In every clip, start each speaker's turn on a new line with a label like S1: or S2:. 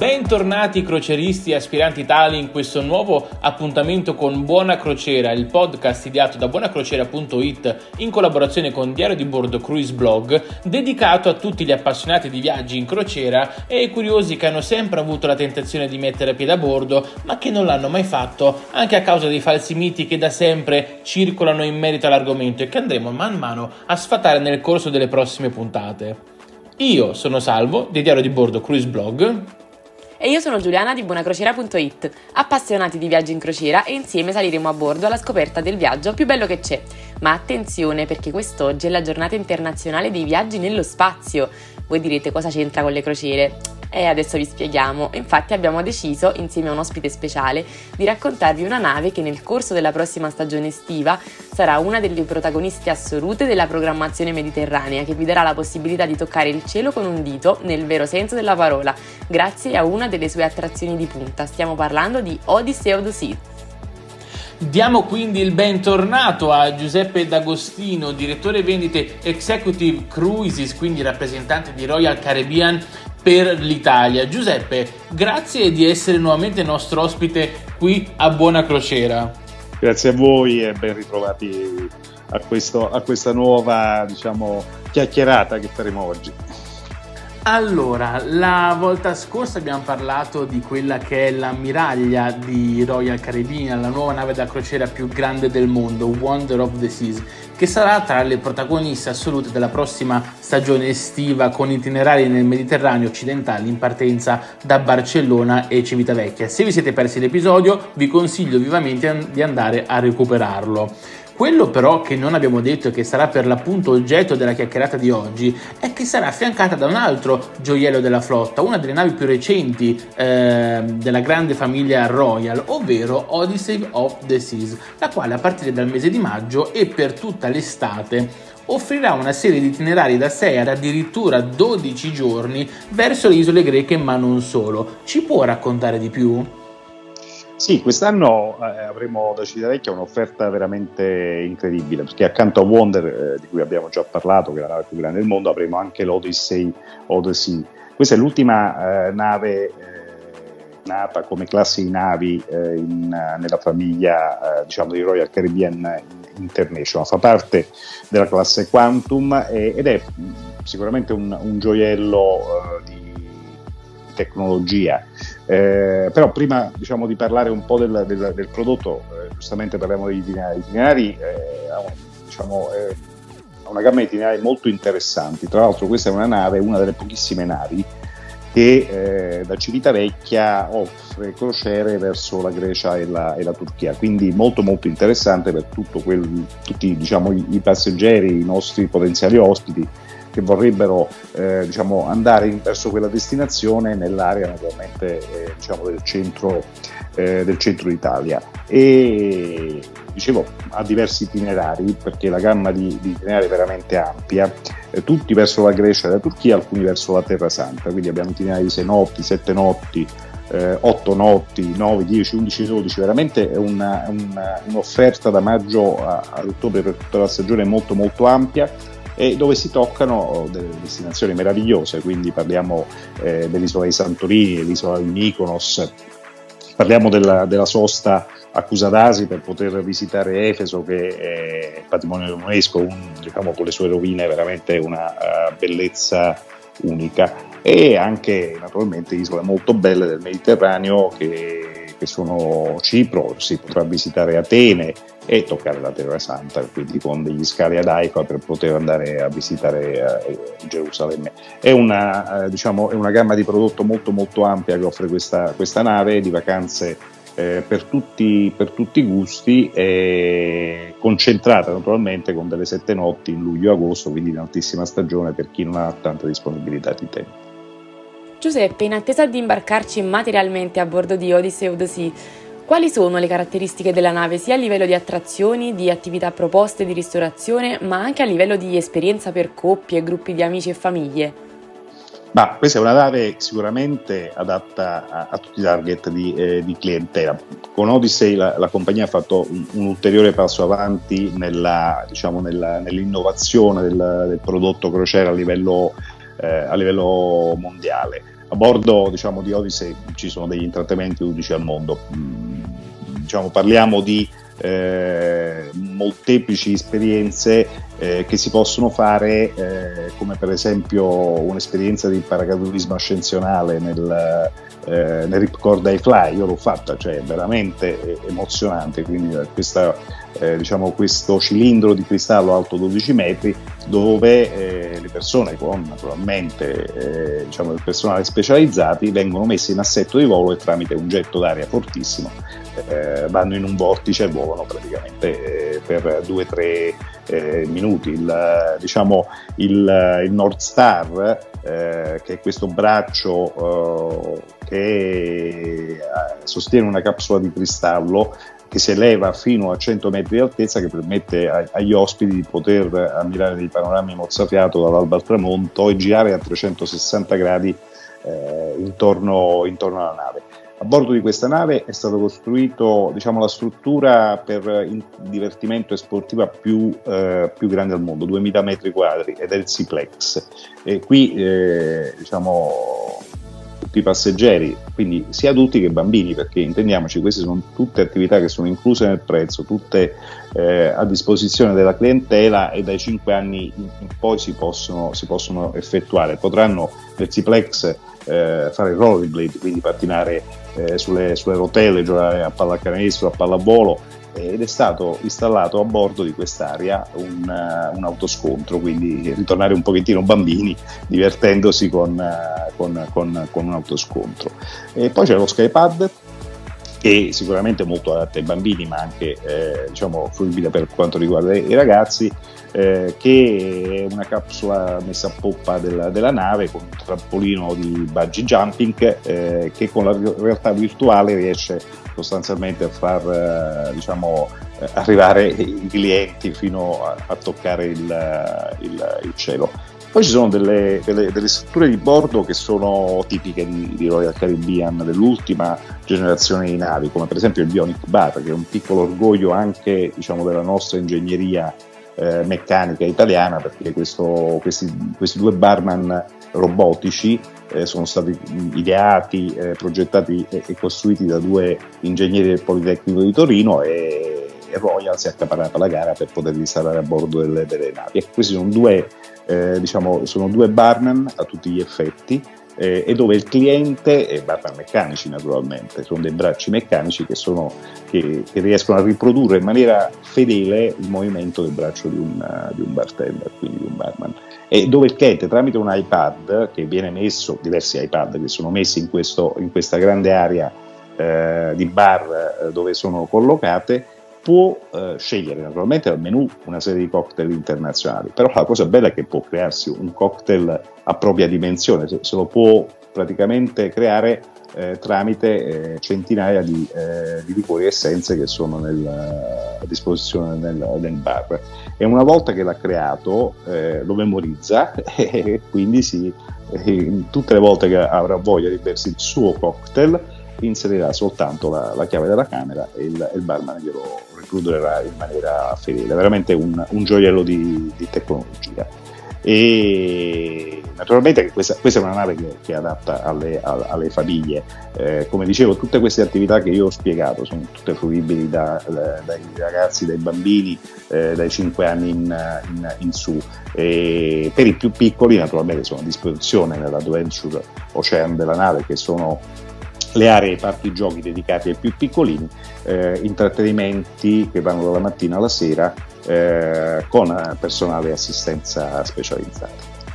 S1: Bentornati crocieristi e aspiranti tali in questo nuovo appuntamento con Buona Crociera, il podcast ideato da buonacrociera.it in collaborazione con Diario di Bordo Cruise Blog, dedicato a tutti gli appassionati di viaggi in crociera e ai curiosi che hanno sempre avuto la tentazione di mettere piede a bordo, ma che non l'hanno mai fatto, anche a causa dei falsi miti che da sempre circolano in merito all'argomento e che andremo man mano a sfatare nel corso delle prossime puntate. Io sono Salvo, di Diario di Bordo Cruise Blog.
S2: E io sono Giuliana di buonacrociera.it, appassionati di viaggi in crociera e insieme saliremo a bordo alla scoperta del viaggio più bello che c'è. Ma attenzione, perché quest'oggi è la giornata internazionale dei viaggi nello spazio. Voi direte cosa c'entra con le crociere? Adesso vi spieghiamo. Infatti abbiamo deciso, insieme a un ospite speciale, di raccontarvi una nave che nel corso della prossima stagione estiva sarà una delle protagoniste assolute della programmazione mediterranea, che vi darà la possibilità di toccare il cielo con un dito, nel vero senso della parola, grazie a una delle sue attrazioni di punta. Stiamo parlando di Odyssey of the Seas.
S1: Diamo quindi il bentornato a Giuseppe D'Agostino, direttore vendite Executive Cruises, quindi rappresentante di Royal Caribbean per l'Italia. Giuseppe, grazie di essere nuovamente nostro ospite qui a Buona Crociera.
S3: Grazie a voi e ben ritrovati a questa nuova, chiacchierata che faremo oggi.
S1: Allora, la volta scorsa abbiamo parlato di quella che è l'ammiraglia di Royal Caribbean, la nuova nave da crociera più grande del mondo, Wonder of the Seas, che sarà tra le protagoniste assolute della prossima stagione estiva con itinerari nel Mediterraneo occidentale in partenza da Barcellona e Civitavecchia. Se vi siete persi l'episodio, vi consiglio vivamente di andare a recuperarlo. Quello però che non abbiamo detto e che sarà per l'appunto oggetto della chiacchierata di oggi è che sarà affiancata da un altro gioiello della flotta, una delle navi più recenti della grande famiglia Royal, ovvero Odyssey of the Seas, la quale a partire dal mese di maggio e per tutta l'estate offrirà una serie di itinerari da 6 ad addirittura 12 giorni verso le isole greche, ma non solo. Ci può raccontare di più?
S3: Sì, quest'anno avremo da Civitavecchia un'offerta veramente incredibile, perché accanto a Wonder, di cui abbiamo già parlato, che è la nave più grande del mondo, avremo anche l'Odyssey of the Sea. Questa è l'ultima nave nata come classe di navi nella famiglia di Royal Caribbean International. Fa parte della classe Quantum ed è sicuramente un gioiello di tecnologia. Però prima di parlare un po' del prodotto, giustamente parliamo degli itinerari. Ha una gamma di itinerari molto interessanti. Tra l'altro questa è una delle pochissime navi che da Civitavecchia offre crociere verso la Grecia e la Turchia, quindi molto molto interessante per tutti i passeggeri, i nostri potenziali ospiti che vorrebbero andare verso quella destinazione nell'area naturalmente del centro Italia. E dicevo, ha diversi itinerari, perché la gamma di itinerari è veramente ampia, tutti verso la Grecia e la Turchia, alcuni verso la Terra Santa, quindi abbiamo itinerari di 6 notti, 7 notti, 8 notti, 9, 10, 11, 12, veramente è un'offerta da maggio ad ottobre per tutta la stagione molto molto ampia, e dove si toccano delle destinazioni meravigliose. Quindi parliamo dell'isola di Santorini, dell'isola di Mykonos, parliamo della sosta a Kusadasi per poter visitare Efeso, che è patrimonio UNESCO, con le sue rovine, veramente una bellezza unica, e anche naturalmente isole molto belle del Mediterraneo che sono Cipro. Si potrà visitare Atene e toccare la Terra Santa, quindi con degli scali ad Haifa per poter andare a visitare Gerusalemme. È una gamma di prodotto molto molto ampia che offre questa nave di vacanze per tutti i gusti, concentrata naturalmente con delle 7 notti in luglio e agosto, quindi in altissima stagione per chi non ha tanta disponibilità di tempo.
S2: Giuseppe, in attesa di imbarcarci materialmente a bordo di Odyssey of the Sea, quali sono le caratteristiche della nave sia a livello di attrazioni, di attività proposte, di ristorazione, ma anche a livello di esperienza per coppie, gruppi di amici e famiglie?
S3: Questa è una nave sicuramente adatta a tutti i target di clientela. Con Odyssey la compagnia ha fatto un ulteriore passo avanti nell'innovazione del prodotto crociera a livello mondiale. A bordo, diciamo, di Odyssey ci sono degli intrattenimenti unici al mondo. Diciamo, parliamo di molteplici esperienze che si possono fare, come per esempio un'esperienza di paracadutismo ascensionale nel Ripcord Hi-Fly. Io l'ho fatta, cioè è veramente emozionante, quindi diciamo, questo cilindro di cristallo alto 12 metri dove le persone con naturalmente diciamo, il personale specializzati vengono messi in assetto di volo e tramite un getto d'aria fortissimo vanno in un vortice e volano praticamente per 2-3 minuti. Il North Star, che è questo braccio che sostiene una capsula di cristallo che si eleva fino a 100 metri di altezza, che permette agli ospiti di poter ammirare dei panorami mozzafiato dall'alba al tramonto e girare a 360 gradi intorno alla nave. A bordo di questa nave è stato costruito, diciamo, la struttura per il divertimento e sportiva più grande al mondo, 2000 metri quadri, ed è il Seaplex. E qui diciamo, tutti i passeggeri, quindi sia adulti che bambini, perché intendiamoci, queste sono tutte attività che sono incluse nel prezzo, tutte a disposizione della clientela, e dai 5 anni in poi si possono effettuare. Potranno nel Seaplex fare rollerblade, quindi pattinare sulle rotelle, giocare a pallacanestro, a pallavolo, ed è stato installato a bordo di quest'area un autoscontro, quindi ritornare un pochettino bambini divertendosi con un autoscontro. E poi c'è lo Skypad, che sicuramente è molto adatto ai bambini, ma anche diciamo fruibile per quanto riguarda i ragazzi, che è una capsula messa a poppa della nave con un trampolino di bungee jumping che con la realtà virtuale riesce sostanzialmente a far diciamo arrivare i clienti fino a toccare il cielo. Poi ci sono delle strutture di bordo che sono tipiche di Royal Caribbean, dell'ultima generazione di navi, come per esempio il Bionic Bar, che è un piccolo orgoglio anche, diciamo, della nostra ingegneria meccanica italiana, perché questi due barman robotici sono stati ideati, progettati e costruiti da due ingegneri del Politecnico di Torino, e Royal si è accaparrata la gara per poterli installare a bordo delle navi. E questi sono due barman a tutti gli effetti, e dove il cliente, e barman meccanici naturalmente, sono dei bracci meccanici che riescono a riprodurre in maniera fedele il movimento del braccio di un bartender, quindi di un barman, e dove il cliente, tramite un iPad che viene messo, diversi iPad che sono messi in questa grande area di bar dove sono collocate, può scegliere naturalmente al menù una serie di cocktail internazionali, però la cosa bella è che può crearsi un cocktail a propria dimensione, se lo può praticamente creare tramite centinaia di liquori e essenze che sono a disposizione nel bar, e una volta che l'ha creato lo memorizza e quindi tutte le volte che avrà voglia di bersi il suo cocktail inserirà soltanto la chiave della camera e il barman glielo riprodurrà in maniera fedele. Veramente un gioiello di tecnologia. E naturalmente questa è una nave che è adatta alle famiglie. Come dicevo, tutte queste attività che io ho spiegato sono tutte fruibili dai ragazzi, dai bambini, dai 5 anni in su. E per i più piccoli naturalmente sono a disposizione nell'Adventure Ocean della nave, che sono le aree, i parchi giochi dedicati ai più piccolini, intrattenimenti che vanno dalla mattina alla sera con personale e assistenza specializzata.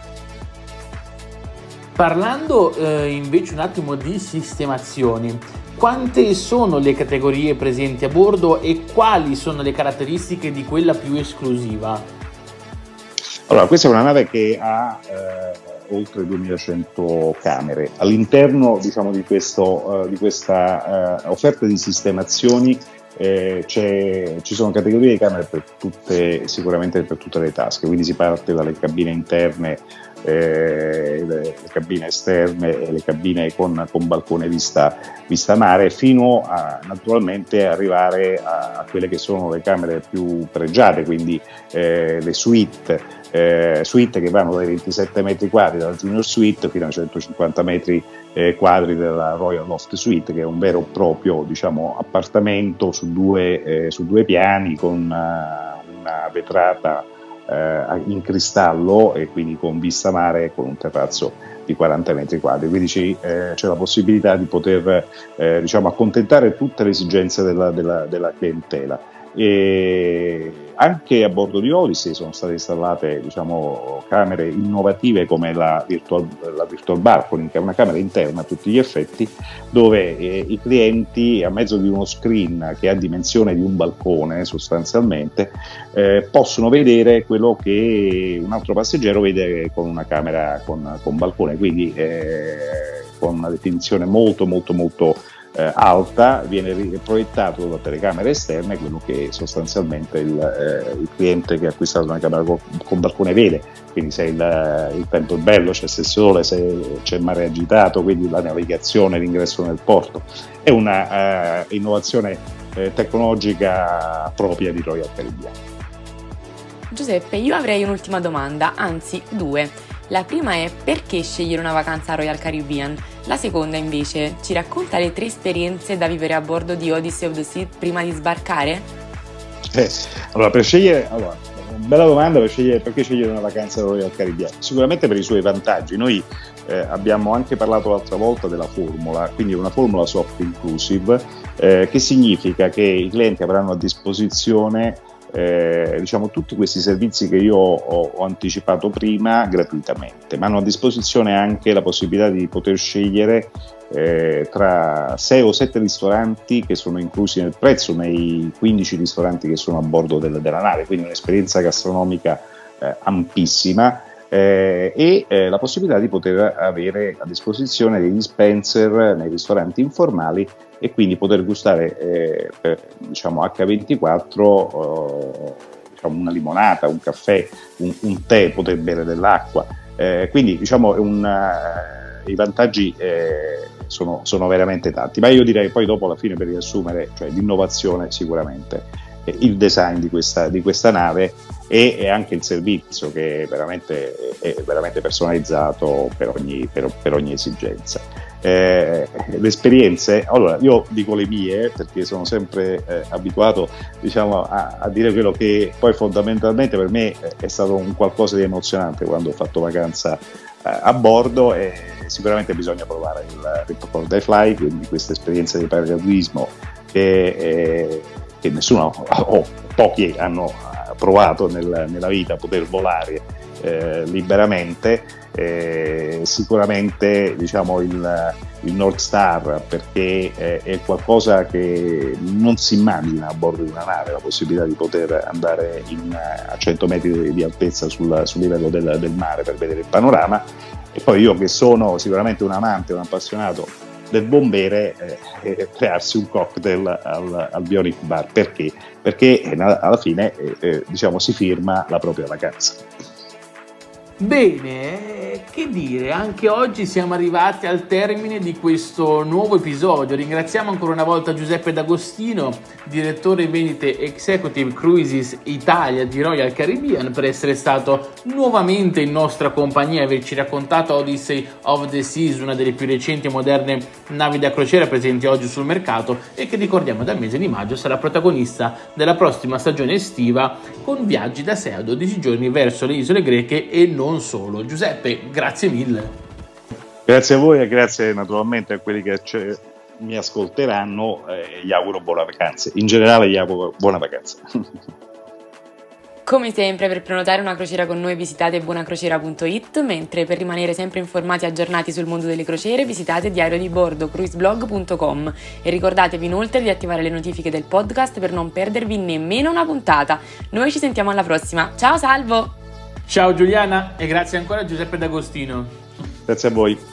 S1: Parlando invece un attimo di sistemazioni, quante sono le categorie presenti a bordo e quali sono le caratteristiche di quella più esclusiva?
S3: Allora, questa è una nave che ha oltre 2100 camere. All'interno, diciamo, di questa offerta di sistemazioni ci sono categorie di camere sicuramente per tutte le tasche, quindi si parte dalle cabine interne, le cabine esterne e le cabine con balcone vista mare, fino a naturalmente arrivare a quelle che sono le camere più pregiate, quindi le suite che vanno dai 27 metri quadri dalla Junior Suite fino ai 150 metri quadri della Royal Loft Suite, che è un vero e proprio, diciamo, appartamento su due piani con una vetrata in cristallo e quindi con vista mare, con un terrazzo di 40 metri quadri, quindi c'è la possibilità di poter diciamo accontentare tutte le esigenze della clientela. E anche a bordo di Odyssey sono state installate, diciamo, camere innovative come la virtual balcony, che è una camera interna a tutti gli effetti, dove i clienti, a mezzo di uno screen che ha dimensione di un balcone sostanzialmente, possono vedere quello che un altro passeggero vede con una camera con balcone, quindi con una definizione molto alta, viene proiettato dalla telecamera esterna quello che sostanzialmente il cliente che ha acquistato una camera con balcone vede, quindi se il tempo è bello, c'è il sole, se c'è il mare agitato, quindi la navigazione, l'ingresso nel porto. È una innovazione tecnologica propria di Royal Caribbean.
S2: Giuseppe, io avrei un'ultima domanda, anzi due. La prima è: perché scegliere una vacanza a Royal Caribbean? La seconda invece, ci racconta le 3 esperienze da vivere a bordo di Odyssey of the Seas prima di sbarcare?
S3: Allora, bella domanda perché scegliere una vacanza a Royal Caribbean. Sicuramente per i suoi vantaggi. Noi abbiamo anche parlato l'altra volta della formula, quindi una formula soft inclusive, che significa che i clienti avranno a disposizione diciamo tutti questi servizi che io ho anticipato prima gratuitamente, ma hanno a disposizione anche la possibilità di poter scegliere tra 6 o 7 ristoranti che sono inclusi nel prezzo nei 15 ristoranti che sono a bordo della nave, quindi un'esperienza gastronomica ampissima, e la possibilità di poter avere a disposizione degli dispenser nei ristoranti informali e quindi poter gustare diciamo H24 diciamo una limonata, un caffè, un tè, poter bere dell'acqua, quindi diciamo i vantaggi sono veramente tanti, ma io direi poi dopo alla fine, per riassumere, cioè l'innovazione sicuramente, il design di questa nave e anche il servizio che è veramente personalizzato per ogni esigenza. Le esperienze, allora io dico le mie perché sono sempre abituato, diciamo, a dire quello che poi fondamentalmente per me è stato un qualcosa di emozionante quando ho fatto vacanza a bordo, e sicuramente bisogna provare il Rip Curl Fly, quindi questa esperienza di paracadutismo che nessuno o pochi hanno provato nella vita, poter volare liberamente. Sicuramente diciamo il North Star, perché è qualcosa che non si immagina a bordo di una nave, la possibilità di poter andare a 100 metri di altezza sul livello del mare per vedere il panorama. E poi io, che sono sicuramente un amante, un appassionato del buon bere, crearsi un cocktail al Bionic Bar. Perché alla fine diciamo si firma la propria vacanza.
S1: Bene, che dire, anche oggi siamo arrivati al termine di questo nuovo episodio. Ringraziamo ancora una volta Giuseppe D'Agostino, direttore vendite Executive Cruises Italia di Royal Caribbean, per essere stato nuovamente in nostra compagnia e averci raccontato Odyssey of the Seas, una delle più recenti e moderne navi da crociera presenti oggi sul mercato e che, ricordiamo, dal mese di maggio sarà protagonista della prossima stagione estiva, con viaggi da 6 a 12 giorni verso le isole greche e non solo. Giuseppe, grazie mille.
S3: Grazie a voi e grazie naturalmente a quelli che mi ascolteranno, gli auguro buone vacanze. In generale gli auguro buona vacanza.
S2: Come sempre, per prenotare una crociera con noi visitate buonacrociera.it, mentre per rimanere sempre informati e aggiornati sul mondo delle crociere visitate diariodibordo.cruiseblog.com e ricordatevi inoltre di attivare le notifiche del podcast per non perdervi nemmeno una puntata. Noi ci sentiamo alla prossima. Ciao Salvo!
S1: Ciao Giuliana e grazie ancora a Giuseppe D'Agostino.
S3: Grazie a voi.